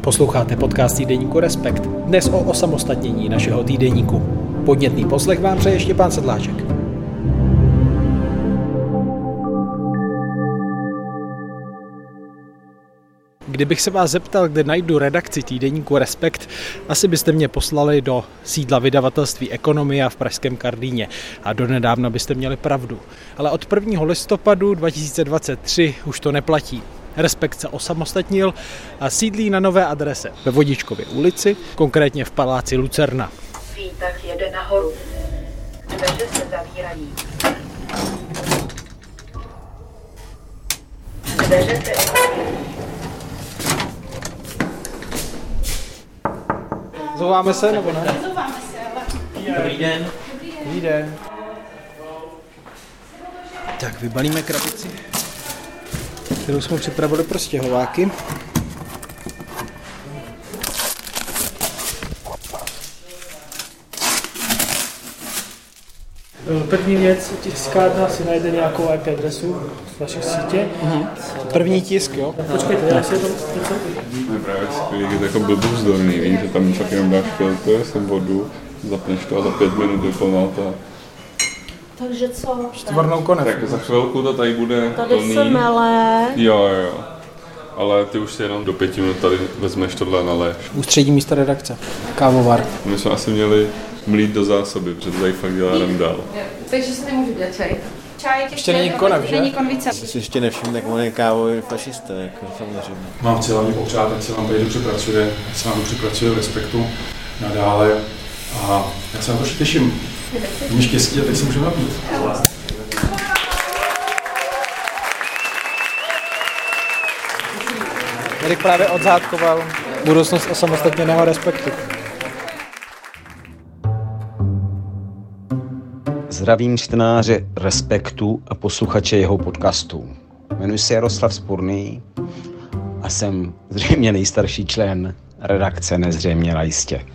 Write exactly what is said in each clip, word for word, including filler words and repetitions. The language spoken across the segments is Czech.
Posloucháte podcast týdeníku Respekt. Dnes o osamostatnění našeho týdeníku. Podnětný poslech vám přeje Štěpán Sedláček. Kdybych se vás zeptal, kde najdu redakci týdeníku Respekt, asi byste mě poslali do sídla vydavatelství Ekonomia v pražském Karlíně a donedávna byste měli pravdu. Ale od prvního listopadu dva tisíce dvacet tři už to neplatí. Respekt se osamostatnil a sídlí na nové adrese ve Vodičkově ulici, konkrétně v paláci Lucerna. Výtah jede nahoru. Dveře se zavírají. Dveře se otvírají. Zouváme se, nebo ne? Zouváme se, ale... Dobrý den. Dobrý den. Tak, vybalíme krabici, kterou jsme připravili pro stěhováky. První věc, tiskárna si najde nějakou í pé adresu z vaší sítě. Uh-huh. První tisk, jo? Počkejte, já si to... No právě skvělý, je to jako blbůzdorný, víš, že tam fakt jenom dáš filtr, sem vodu, zapneš to a za pět minut je plná ta... Takže co? Čtvrnou konec. Tak za chvilku to tady bude Tady plný. se mele. Jo, jo. Ale ty už si jenom do pěti minut tady vezmeš tohle a naléš. Ústřední místo redakce. Kávovar. My jsme asi měli mlít do zásoby, protože to tady fakt dělá randál. Takže se nemůžu dělat čaj. Čaj Ještě není konev, že? Není konvice. Si ještě nevšiml, tak on je kávový fašista, jako samozřejmě. Mám cíl hlavně popřát, ať se vám tady dobře pracuje, ať se vám dobře pracuje v Respektu nadále a já se na to těším. Mě štěstí a teď se můžeme napít. Erik právě odzátkoval budoucnost osamostatněného Respektu. Zdravím čtenáře Respektu a posluchače jeho podcastů. Jmenuji se Jaroslav Spurný a jsem zřejmě nejstarší člen redakce Nezřejmě jistě.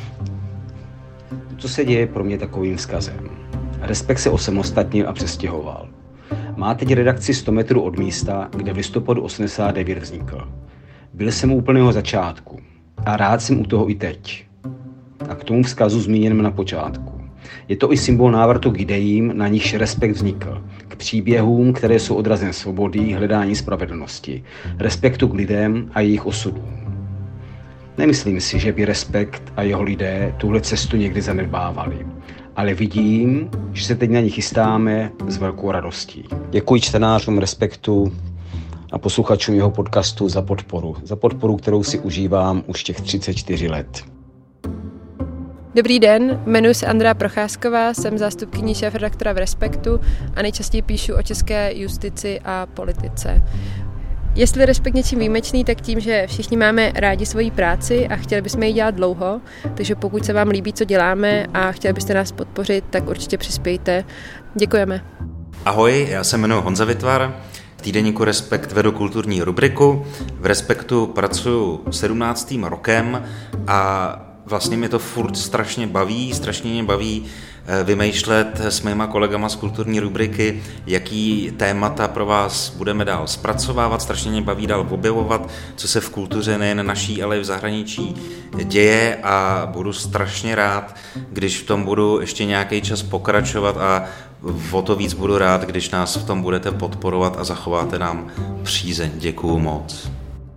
Co se děje pro mě takovým vzkazem? Respekt se osamostatnil a přestěhoval. Má teď redakci sto metrů od místa, kde v listopadu osmdesát devět vznikl. Byl jsem u úplného začátku a rád jsem u toho i teď. A k tomu vzkazu zmíněném na počátku. Je to i symbol návratu k ideím, na nichž Respekt vznikl. K příběhům, které jsou odrazem svobody, hledání spravedlnosti. Respektu k lidem a jejich osudům. Nemyslím si, že by Respekt a jeho lidé tuhle cestu někdy zanedbávali. Ale vidím, že se teď na ní chystáme s velkou radostí. Děkuji čtenářům Respektu a posluchačům jeho podcastu za podporu. Za podporu, kterou si užívám už těch třicet čtyři let. Dobrý den, jmenuji se Andrea Procházková, jsem zástupkyní šéfredaktora v Respektu a nejčastěji píšu o české justici a politice. Jestli Respekt něčím výjimečný, tak tím, že všichni máme rádi svoji práci a chtěli bychom ji dělat dlouho, takže pokud se vám líbí, co děláme a chtěli byste nás podpořit, tak určitě přispějte. Děkujeme. Ahoj, já se jmenuji Honza Vitvar, v týdeníku Respekt vedu kulturní rubriku, v Respektu pracuji sedmnáctým rokem a vlastně mě to furt strašně baví, strašně mě baví vymýšlet s mýma kolegama z kulturní rubriky, jaký témata pro vás budeme dál zpracovávat, strašně mě baví dál objevovat, co se v kultuře nejen naší, ale i v zahraničí děje a budu strašně rád, když v tom budu ještě nějaký čas pokračovat a o to víc budu rád, když nás v tom budete podporovat a zachováte nám přízeň. Děkuju moc.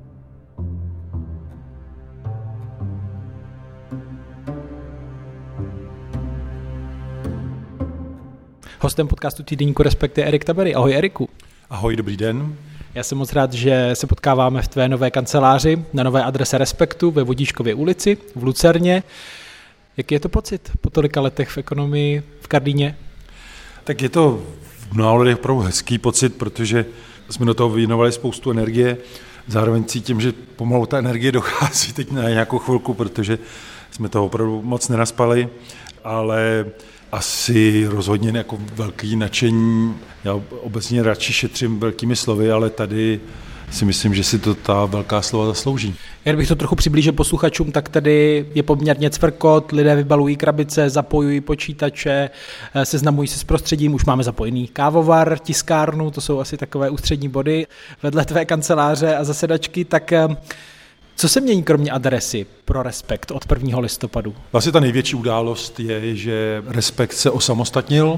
Hostem podcastu týdeníku Respekt je Erik Tabery. Ahoj Eriku. Ahoj, dobrý den. Já jsem moc rád, že se potkáváme v tvé nové kanceláři na nové adrese Respektu ve Vodičkově ulici v Lucerně. Jaký je to pocit po tolika letech v ekonomii v Karlíně? Tak je to v mnoha lidech opravdu hezký pocit, protože jsme do toho věnovali spoustu energie. Zároveň cítím, že pomalu ta energie dochází teď na nějakou chvilku, protože jsme toho opravdu moc nenaspali, ale asi rozhodně jako velký nadšení. Já obecně radši šetřím velkými slovy, ale tady si myslím, že si to ta velká slova zaslouží. Jen bych to trochu přiblížil posluchačům, tak tady je poměrně cvrkot, lidé vybalují krabice, zapojují počítače, seznamují se s prostředím, už máme zapojený kávovar, tiskárnu, to jsou asi takové ústřední body vedle tvé kanceláře a zasedačky, tak Co se mění kromě adresy pro Respekt od prvního listopadu? Vlastně ta největší událost je, že Respekt se osamostatnil,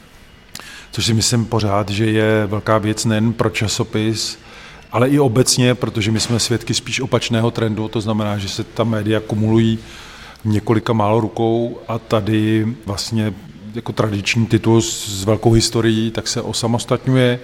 což si myslím pořád, že je velká věc nejen pro časopis, ale i obecně, protože my jsme svědky spíš opačného trendu, to znamená, že se ta média kumulují několika málo rukou a tady vlastně jako tradiční titul s velkou historií, tak se osamostatňuje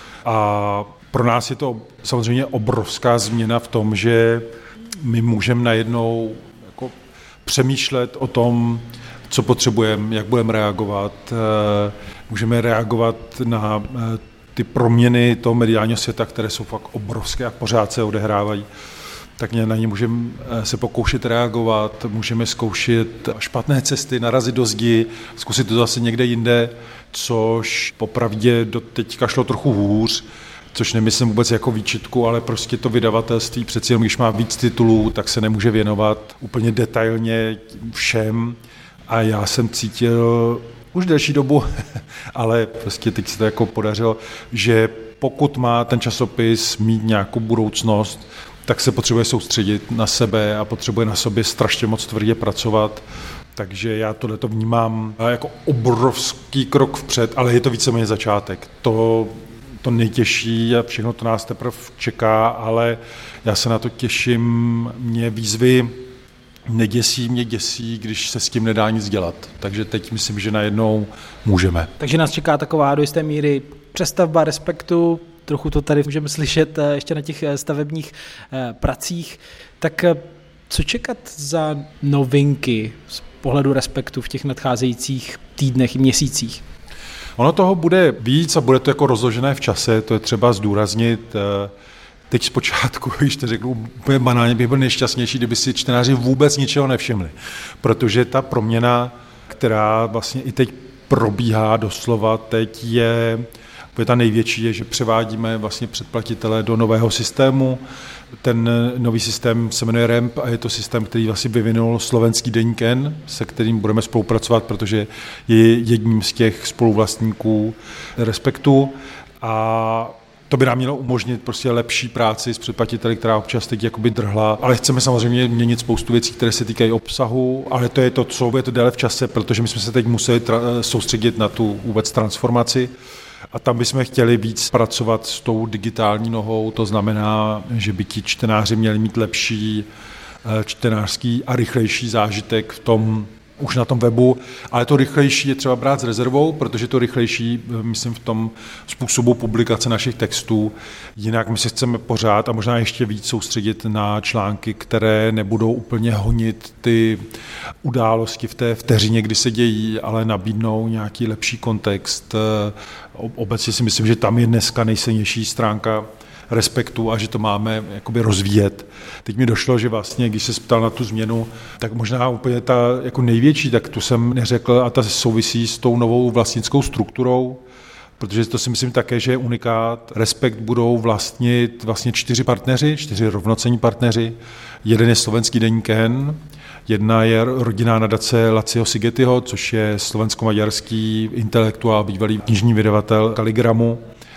a pro nás je to samozřejmě obrovská změna v tom, že my můžeme najednou jako přemýšlet o tom, co potřebujeme, jak budeme reagovat, můžeme reagovat na ty proměny toho mediálního světa, které jsou fakt obrovské a pořád se odehrávají, tak na ně můžeme se pokoušet reagovat, můžeme zkoušet špatné cesty, narazit do zdi, zkusit to zase někde jinde, což popravdě do teďka šlo trochu hůř, což nemyslím vůbec jako výčitku, ale prostě to vydavatelství přeci jenom, když má víc titulů, tak se nemůže věnovat úplně detailně všem a já jsem cítil už delší dobu, ale prostě teď se to jako podařilo, že pokud má ten časopis mít nějakou budoucnost, tak se potřebuje soustředit na sebe a potřebuje na sobě strašně moc tvrdě pracovat. Takže já tohleto vnímám jako obrovský krok vpřed, ale je to víceméně začátek. To, to nejtěžší a všechno to nás teprve čeká, ale já se na to těším. Mě výzvy neděsí, mě děsí, když se s tím nedá nic dělat. Takže teď myslím, že najednou můžeme. Takže nás čeká taková do jisté míry přestavba Respektu, trochu to tady můžeme slyšet ještě na těch stavebních pracích. Tak co čekat za novinky z pohledu Respektu v těch nadcházejících týdnech i měsících? Ono toho bude víc a bude to jako rozložené v čase, to je třeba zdůraznit. Teď zpočátku, když to řeknu úplně banálně, bych byl nejšťastnější, kdyby si čtenáři vůbec ničeho nevšimli. Protože ta proměna, která vlastně i teď probíhá doslova, teď je, je ta největší, je, že převádíme vlastně předplatitele do nového systému. Ten nový systém se jmenuje R E M P a je to systém, který vlastně vyvinul slovenský deník N, se kterým budeme spolupracovat, protože je jedním z těch spoluvlastníků Respektu a to by nám mělo umožnit prostě lepší práci s předplatiteli, která občas teď jakoby drhla, ale chceme samozřejmě měnit spoustu věcí, které se týkají obsahu, ale to je to, co je to déle v čase, protože my jsme se teď museli tra- soustředit na tu vůbec transformaci a tam bychom chtěli víc pracovat s tou digitální nohou, to znamená, že by ti čtenáři měli mít lepší čtenářský a rychlejší zážitek v tom, už na tom webu, ale to rychlejší je třeba brát s rezervou, protože to rychlejší, myslím, v tom způsobu publikace našich textů. Jinak my se chceme pořád a možná ještě víc soustředit na články, které nebudou úplně honit ty události v té vteřině, kdy se dějí, ale nabídnou nějaký lepší kontext. Obecně si myslím, že tam je dneska nejsilnější stránka Respektu a že to máme jakoby rozvíjet. Teď mi došlo, že vlastně, když se ptal na tu změnu, tak možná úplně ta jako největší, tak tu jsem neřekl a ta souvisí s tou novou vlastnickou strukturou, protože to si myslím také, že je unikát. Respekt budou vlastnit vlastně čtyři partneři, čtyři rovnocenní partneři. Jeden je slovenský deník N, jedna je rodinná nadace Lacio Sigetiho, což je slovensko-maďarský intelektuál, bývalý knižní vydavatel Kaligramu.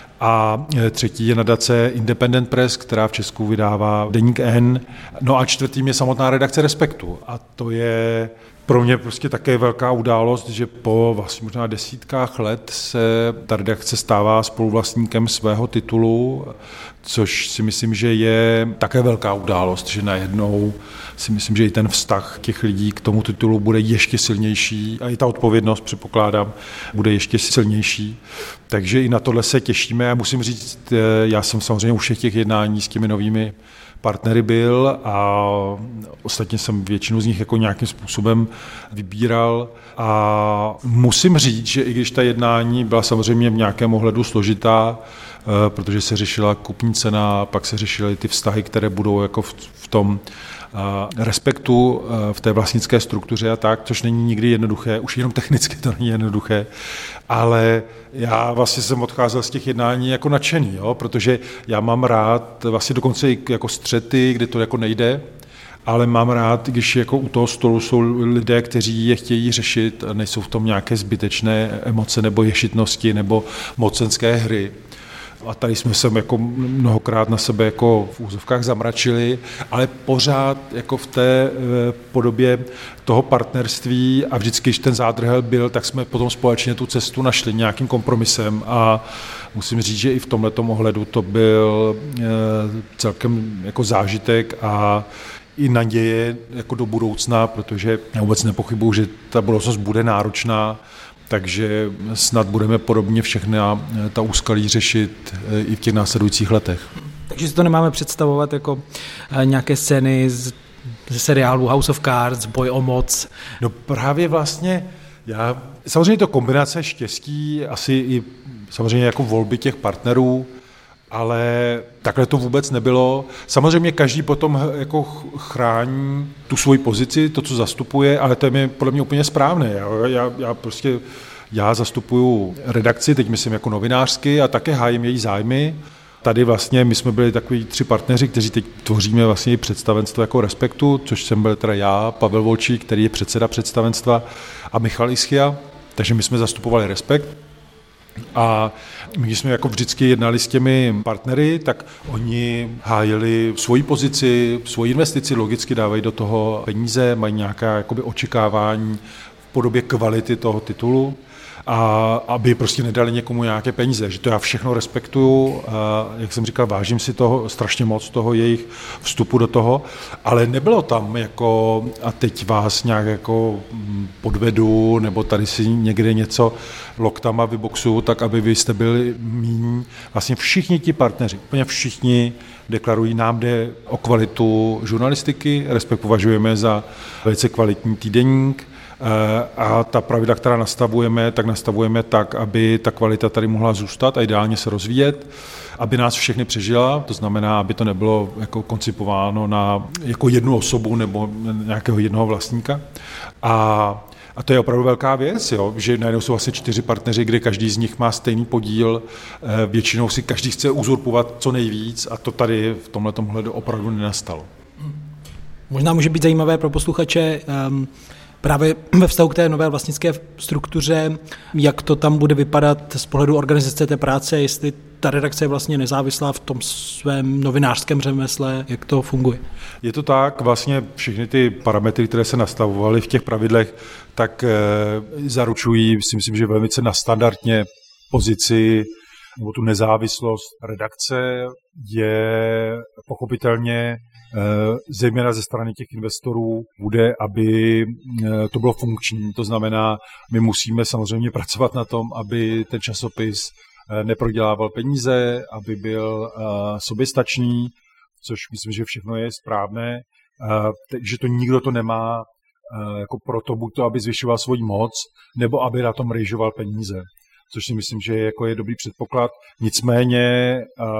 A třetí je nadace Independent Press, která v Česku vydává deník N. No a čtvrtým je samotná redakce Respektu. A to je pro mě prostě také velká událost, že po vlastně možná desítkách let se ta redakce stává spoluvlastníkem svého titulu, což si myslím, že je také velká událost, že najednou si myslím, že i ten vztah těch lidí k tomu titulu bude ještě silnější a i ta odpovědnost, předpokládám, bude ještě silnější. Takže i na tohle se těšíme. Já musím říct, já jsem samozřejmě u všech těch jednání s těmi novými partnery byl a ostatně jsem většinu z nich jako nějakým způsobem vybíral a musím říct, že i když ta jednání byla samozřejmě v nějakém ohledu složitá, protože se řešila kupní cena, pak se řešily ty vztahy, které budou jako v, v tom Respektu, v té vlastnické struktuře a tak, což není nikdy jednoduché, už jenom technicky to není jednoduché, ale já vlastně jsem odcházel z těch jednání jako nadšený, jo, protože já mám rád vlastně dokonce i jako střety, kdy to jako nejde, ale mám rád, když jako u toho stolu jsou lidé, kteří je chtějí řešit a nejsou v tom nějaké zbytečné emoce nebo ješitnosti nebo mocenské hry. a tady jsme se jako mnohokrát na sebe jako v úzovkách zamračili, ale pořád jako v té podobě toho partnerství a vždycky, když ten zádrhel byl, tak jsme potom společně tu cestu našli nějakým kompromisem a musím říct, že i v tomhletom ohledu to byl celkem jako zážitek a i naděje jako do budoucna, protože já vůbec nepochybuju, že ta budoucnost bude náročná, takže snad budeme podobně všechny ta úskalí řešit i v těch následujících letech. Takže si to nemáme představovat jako nějaké scény z, ze seriálu House of Cards, boj o moc? No právě vlastně, já, samozřejmě to kombinace štěstí, asi i samozřejmě jako volby těch partnerů, ale takhle to vůbec nebylo. Samozřejmě každý potom jako chrání tu svoji pozici, to, co zastupuje, ale to je mi podle mě úplně správné. Já, já, já prostě já zastupuju redakci, teď myslím jako novinářsky a také hájím její zájmy. Tady vlastně my jsme byli takový tři partneři, kteří teď tvoříme vlastně i představenstvo jako Respektu, což jsem byl teda já, Pavel Volčík, který je předseda představenstva, a Michal Ischia, takže my jsme zastupovali Respekt. A my, když jsme jako vždycky jednali s těmi partnery, tak oni hájili svoji pozici, svoji investici, logicky dávají do toho peníze, mají nějaká jakoby očekávání v podobě kvality toho titulu, a aby prostě nedali někomu nějaké peníze, že to já všechno respektuju, a jak jsem říkal, vážím si toho strašně moc, toho jejich vstupu do toho, ale nebylo tam jako a teď vás nějak jako podvedu, nebo tady si někde něco loktama vyboxuju, tak aby vy jste byli míň. Vlastně všichni ti partneři, úplně všichni deklarují, nám jde o kvalitu žurnalistiky, Respekt považujeme za velice kvalitní týdeník, a ta pravidla, která nastavujeme, tak nastavujeme tak, aby ta kvalita tady mohla zůstat a ideálně se rozvíjet, aby nás všechny přežila, to znamená, aby to nebylo jako koncipováno na jako jednu osobu nebo nějakého jednoho vlastníka. A A to je opravdu velká věc, jo? Že najednou jsou asi čtyři partneři, kde každý z nich má stejný podíl, většinou si každý chce uzurpovat co nejvíc a to tady v tomhletom hledu opravdu nenastalo. Možná může být zajímavé pro posluchače um, právě ve vztahu k té nové vlastnické struktuře, jak to tam bude vypadat z pohledu organizace té práce, jestli ta redakce je vlastně nezávislá v tom svém novinářském řemesle, jak to funguje. Je to tak, vlastně všechny ty parametry, které se nastavovaly v těch pravidlech, tak e, zaručují, si myslím, že velmi nadstandardně pozici nebo tu nezávislost redakce. Je pochopitelně zejména ze strany těch investorů bude, aby to bylo funkční. To znamená, my musíme samozřejmě pracovat na tom, aby ten časopis neprodělával peníze, aby byl soběstačný, což myslím, že všechno je správné, že to nikdo to nemá jako proto, buď to, aby zvyšoval svoji moc, nebo aby na tom rejžoval peníze, což si myslím, že jako je dobrý předpoklad. Nicméně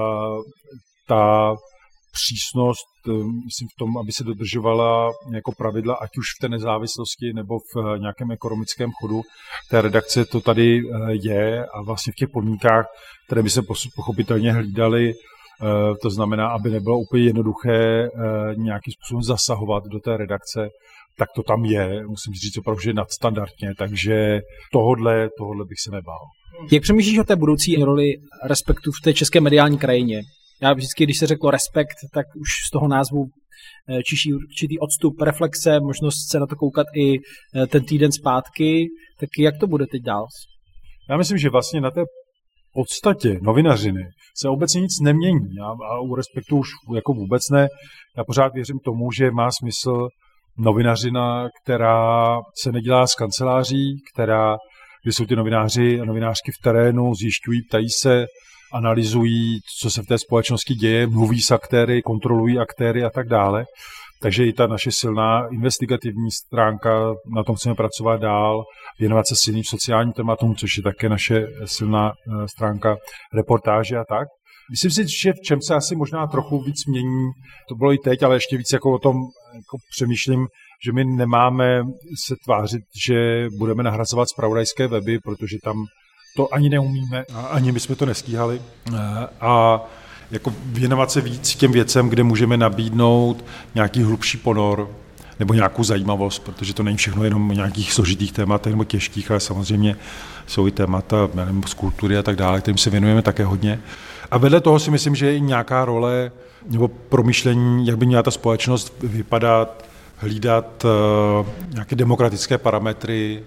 ta přísnost, myslím v tom, aby se dodržovala jako pravidla, ať už v té nezávislosti nebo v nějakém ekonomickém chodu té redakce, to tady je a vlastně v těch podmínkách, které by se pochopitelně hlídaly, to znamená, aby nebylo úplně jednoduché nějakým způsobem zasahovat do té redakce, tak to tam je, musím říct opravdu, že nadstandardně, takže tohodle, tohodle bych se nebál. Jak přemýšlíš o té budoucí roli Respektu v té české mediální krajině? Já vždycky, když se řeklo Respekt, tak už z toho názvu čiší určitý odstup, reflexe, možnost se na to koukat i ten týden zpátky. Tak jak to bude teď dál? Já myslím, že vlastně na té podstatě novinařiny se obecně nic nemění. A, a u Respektu už jako vůbec ne. Já pořád věřím tomu, že má smysl novinařina, která se nedělá z kanceláří, která, kde jsou ty novináři a novinářky v terénu, zjišťují, ptají se, analyzují, co se v té společnosti děje, mluví s aktéry, kontrolují aktéry a tak dále. Takže i ta naše silná investigativní stránka, na tom chceme pracovat dál, věnovat se silným sociálním tématům, což je také naše silná stránka reportáže a tak. Myslím si, že v čem se asi možná trochu víc mění, to bylo i teď, ale ještě víc jako o tom jako přemýšlím, že my nemáme se tvářit, že budeme nahrazovat zpravodajské weby, protože tam to ani neumíme, ani my jsme to nestíhali. A jako věnovat se víc těm věcem, kde můžeme nabídnout nějaký hlubší ponor nebo nějakou zajímavost, protože to není všechno jenom o nějakých složitých tématech nebo těžkých, ale samozřejmě jsou i témata nebo z kultury a tak dále, kterým se věnujeme také hodně. A vedle toho si myslím, že je i nějaká role nebo promýšlení, jak by měla ta společnost vypadat, hlídat uh, nějaké demokratické parametry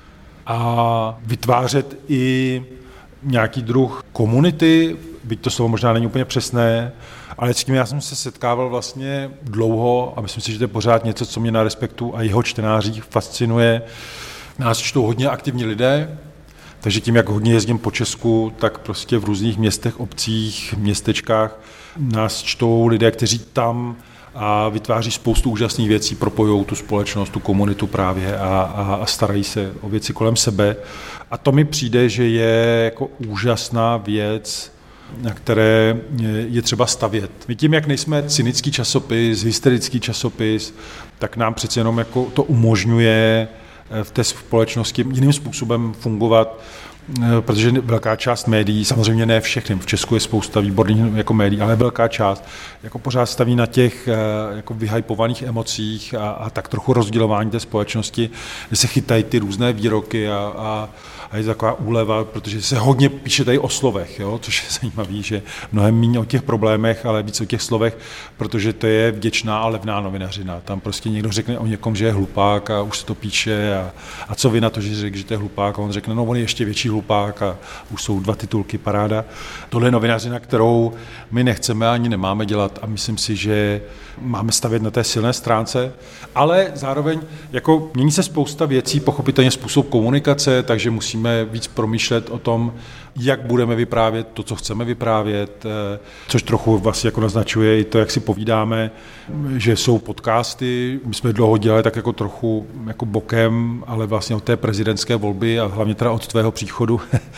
a vytvářet i nějaký druh komunity, byť to slovo možná není úplně přesné, ale s tím já jsem se setkával vlastně dlouho a myslím si, že to je pořád něco, co mě na Respektu a jeho čtenářích fascinuje. Nás čtou hodně aktivní lidé, takže tím, jak hodně jezdím po Česku, tak prostě v různých městech, obcích, městečkách nás čtou lidé, kteří tam a vytváří spoustu úžasných věcí, propojují tu společnost, tu komunitu právě a, a, a starají se o věci kolem sebe. A to mi přijde, že je jako úžasná věc, na které je třeba stavět. My tím, jak nejsme cynický časopis, hysterický časopis, tak nám přece jenom jako to umožňuje v té společnosti jiným způsobem fungovat, protože velká část médií, samozřejmě ne všechny, v Česku je spousta výborných jako médií, ale velká část jako pořád staví na těch jako vyhypovaných emocích a, a tak trochu rozdělování té společnosti, kde se chytají ty různé výroky a, a, a je taková úleva, protože se hodně píše tady o slovech, jo, což je zajímavé, že mnohem méně o těch problémech, ale víc o těch slovech, protože to je vděčná a levná novinařina. Tam prostě někdo řekne o někom, že je hlupák a už se to píše a, a co vy na to, že řekl, že to je hlupák a on řekne, no on je ještě větší hlupák a už jsou dva titulky, paráda. Tohle je novinařina, kterou my nechceme ani nemáme dělat a myslím si, že máme stavět na té silné stránce, ale zároveň jako mění se spousta věcí, pochopitelně způsob komunikace, takže musíme víc promýšlet o tom, jak budeme vyprávět to, co chceme vyprávět, což trochu vlastně jako naznačuje i to, jak si povídáme, že jsou podcasty, my jsme dlouho dělali tak jako trochu jako bokem, ale vlastně od té prezidentské volby a hlavně teda od tvého příchodu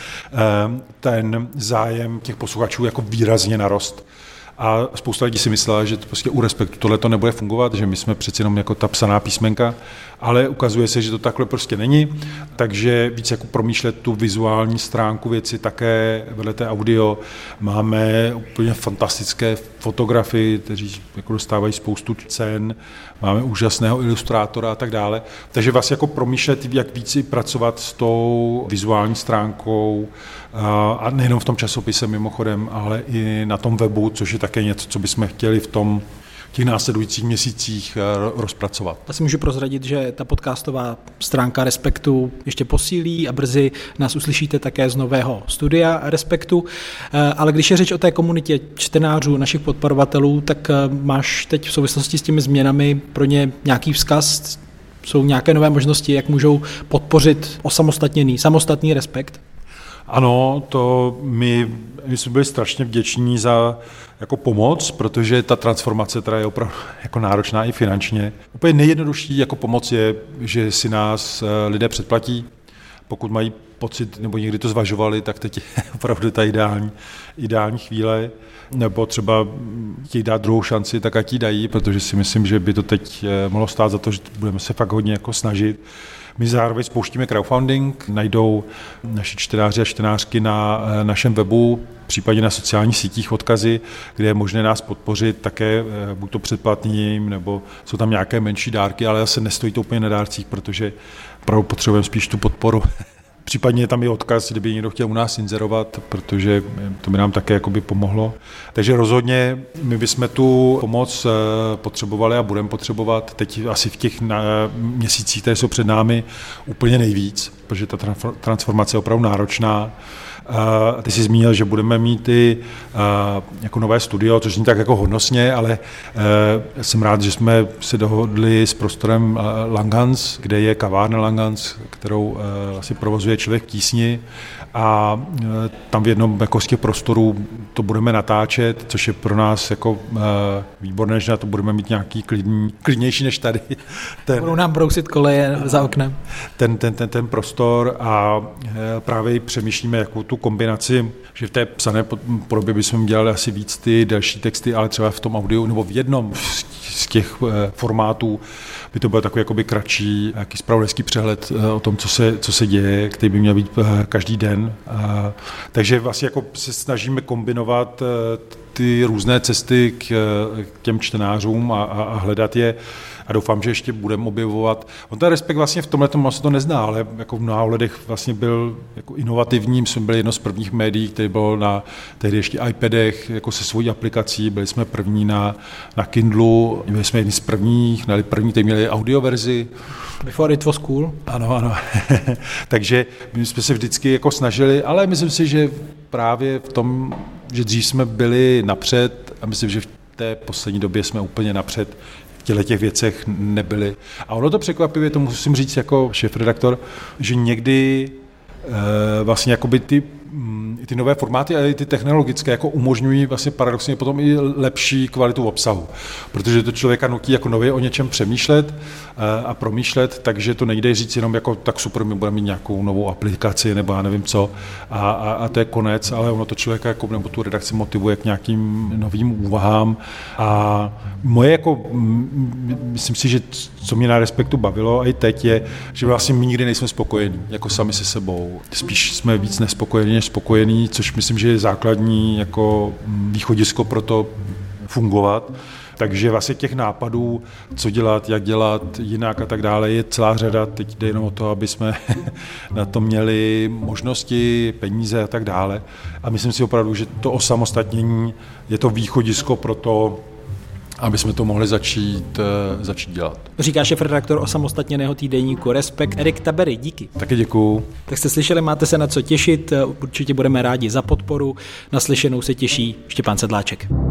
ten zájem těch posluchačů jako výrazně narost. A spousta lidí si myslela, že to prostě u Respektu tohle to nebude fungovat, že my jsme přeci jenom jako ta psaná písmenka, ale ukazuje se, že to takhle prostě není, takže víc jako promýšlet tu vizuální stránku věci také vedle té audio. Máme úplně fantastické fotografy, kteří jako dostávají spoustu cen, máme úžasného ilustrátora a tak dále. Takže vlastně jako promýšlet, jak víc pracovat s tou vizuální stránkou a nejenom v tom časopise mimochodem, ale i na tom webu, což je také něco, co bychom chtěli v tom těch následujících měsících rozpracovat. Já si můžu prozradit, že ta podcastová stránka Respektu ještě posílí a brzy nás uslyšíte také z nového studia Respektu. Ale když je řeč o té komunitě čtenářů, našich podporovatelů, tak máš teď v souvislosti s těmi změnami pro ně nějaký vzkaz? Jsou nějaké nové možnosti, jak můžou podpořit osamostatněný, samostatný Respekt? Ano, to my, my jsme byli strašně vděční za jako pomoc, protože ta transformace teda je opravdu jako náročná i finančně. Úplně nejjednodušší jako pomoc je, že si nás lidé předplatí, pokud mají pocit, nebo někdy to zvažovali, tak teď je opravdu ta ideální, ideální chvíle, nebo třeba chtějí dát druhou šanci, tak ať ji dají, protože si myslím, že by to teď mohlo stát za to, že budeme se fakt hodně jako snažit. My zároveň spouštíme crowdfunding, najdou naši čtenáři a čtenářky na našem webu, případně na sociálních sítích odkazy, kde je možné nás podpořit také buď to předplatním, nebo jsou tam nějaké menší dárky, ale zase nestojí to úplně na dárcích, protože opravdu potřebujeme spíš tu podporu. Případně je tam i odkaz, kdyby někdo chtěl u nás inzerovat, protože to by nám také jakoby pomohlo. Takže rozhodně my bychom tu pomoc potřebovali a budeme potřebovat teď asi v těch měsících, které jsou před námi, úplně nejvíc, protože ta transformace je opravdu náročná. A ty jsi zmínil, že budeme mít i jako nové studio, což není tak jako hodnostně, ale jsem rád, že jsme se dohodli s prostorem Langans, kde je kavárna Langans, kterou asi provozuje Člověk v tísni, a tam v jednom jako z těch prostorů to budeme natáčet, což je pro nás jako výborné, že na to budeme mít nějaký klidný, klidnější než tady. Ten, Budou nám brousit koleje za oknem. Ten, ten, ten, ten prostor a právě přemýšlíme, jakou tu kombinaci, že v té psané podobě bychom dělali asi víc ty další texty, ale třeba v tom audiu nebo v jednom z těch formátů by to byl takový jakoby kratší, jaký zpravodajský přehled o tom, co se, co se děje, který by měl být každý den. Takže vlastně jako se snažíme kombinovat ty různé cesty k těm čtenářům a, a hledat je a doufám, že ještě budeme objevovat. On ten Respekt vlastně v tomhle tomu asi to nezná, ale jako v mnoha ohledech vlastně byl jako inovativním, jsme byli jedno z prvních médií, který bylo na tehdy ještě iPadech jako se svojí aplikací, byli jsme první na, na Kindlu, byli jsme jedni z prvních, měli první, kteří měli audioverzi. Before it was cool. Ano, ano. Takže my jsme se vždycky jako snažili, ale myslím si, že právě v tom, že dřív jsme byli napřed a myslím, že v té poslední době jsme úplně napřed v těchto těch věcech nebyli. A ono to překvapivě, to musím říct jako šéfredaktor, že někdy e, vlastně jakoby ty ty nové formáty, ale i ty technologické jako umožňují vlastně paradoxně potom i lepší kvalitu obsahu, protože to člověka nutí jako nově o něčem přemýšlet a promýšlet, takže to nejde říct jenom jako tak super, my budeme mít nějakou novou aplikaci nebo já nevím co a, a, a to je konec, ale ono to člověka jako, nebo tu redakci motivuje k nějakým novým úvahám a moje jako, myslím si, že co mě na Respektu bavilo a i teď je, že vlastně my nikdy nejsme spokojení, jako sami se sebou, spíš jsme víc nespokojení než spokojení, což myslím, že je základní jako východisko pro to fungovat. Takže vlastně těch nápadů, co dělat, jak dělat, jinak a tak dále, je celá řada. Teď jde jenom o to, aby jsme na to měli možnosti, peníze a tak dále. A myslím si opravdu, že to osamostatnění je to východisko pro to, aby jsme to mohli začít, začít dělat. Říká šéfredaktor osamostatněného týdeníku Respekt Erik Tabery, díky. Taky děkuju. Tak jste slyšeli, máte se na co těšit, určitě budeme rádi za podporu. Naslyšenou se těší Štěpán Sedláček.